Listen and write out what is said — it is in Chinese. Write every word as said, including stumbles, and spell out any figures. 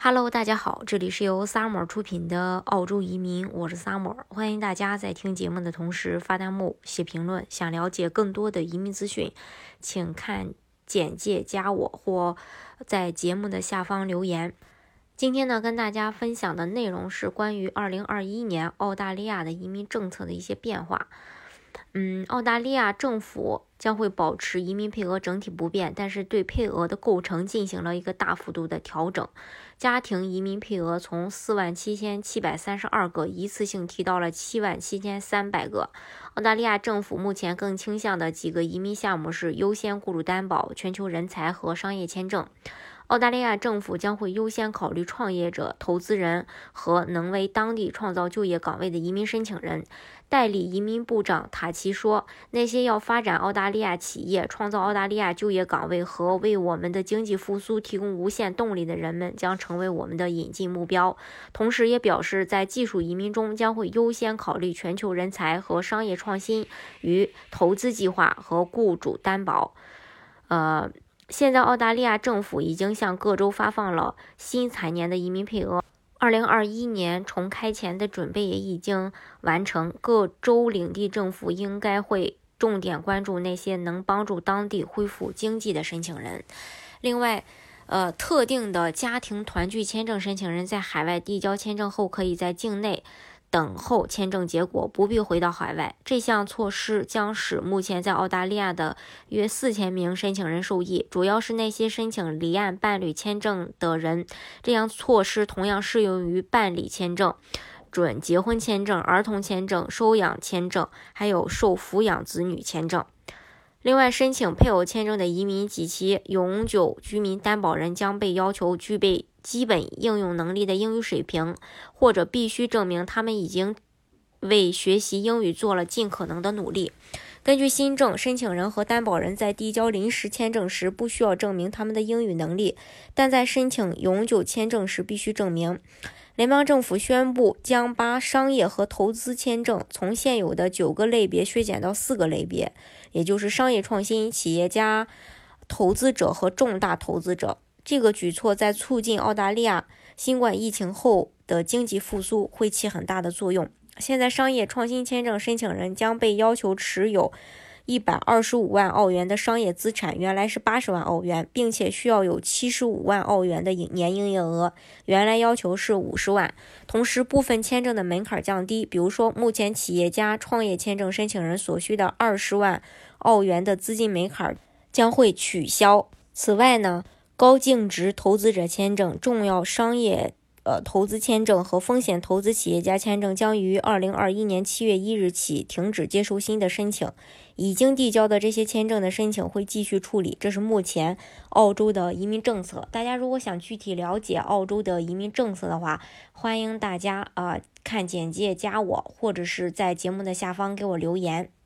Hello，大家好，这里是由 Summer 出品的澳洲移民，我是 Summer， 欢迎大家在听节目的同时发弹幕、写评论。想了解更多的移民资讯，请看简介加我或在节目的下方留言。今天呢，跟大家分享的内容是关于二零二一年澳大利亚的移民政策的一些变化。嗯，澳大利亚政府将会保持移民配额整体不变，但是对配额的构成进行了一个大幅度的调整。家庭移民配额从四万七千七百三十二个一次性提到了七万七千三百个。澳大利亚政府目前更倾向的几个移民项目是优先雇主担保、全球人才和商业签证。澳大利亚政府将会优先考虑创业者、投资人和能为当地创造就业岗位的移民申请人。代理移民部长塔奇说，那些要发展澳大利亚企业、创造澳大利亚就业岗位和为我们的经济复苏提供无限动力的人们将成为我们的引进目标。同时也表示，在技术移民中将会优先考虑全球人才和商业创新与投资计划和雇主担保。呃现在澳大利亚政府已经向各州发放了新财年的移民配额，二零二一年重开前的准备也已经完成，各州领地政府应该会重点关注那些能帮助当地恢复经济的申请人。另外，呃，特定的家庭团聚签证申请人在海外递交签证后，可以在境内等候签证结果，不必回到海外。这项措施将使目前在澳大利亚的约四千名申请人受益，主要是那些申请离岸伴侣签证的人。这项措施同样适用于伴侣签证、准结婚签证、儿童签证、收养签证，还有受抚养子女签证。另外，申请配偶签证的移民及其永久居民担保人将被要求具备基本应用能力的英语水平，或者必须证明他们已经为学习英语做了尽可能的努力。根据新政，申请人和担保人在递交临时签证时不需要证明他们的英语能力，但在申请永久签证时必须证明。联邦政府宣布将把商业和投资签证从现有的九个类别削减到四个类别，也就是商业创新、企业家、投资者和重大投资者。这个举措在促进澳大利亚新冠疫情后的经济复苏会起很大的作用。现在商业创新签证申请人将被要求持有一百二十五万澳元的商业资产，原来是八十万澳元，并且需要有七十五万澳元的年营业额，原来要求是五十万。同时，部分签证的门槛降低，比如说目前企业家创业签证申请人所需的二十万澳元的资金门槛将会取消。此外呢，高净值投资者签证、重要商业呃，投资签证和风险投资企业家签证将于二零二一年七月一日起停止接受新的申请。已经递交的这些签证的申请会继续处理，这是目前澳洲的移民政策。大家如果想具体了解澳洲的移民政策的话，欢迎大家啊、呃、看简介加我，或者是在节目的下方给我留言。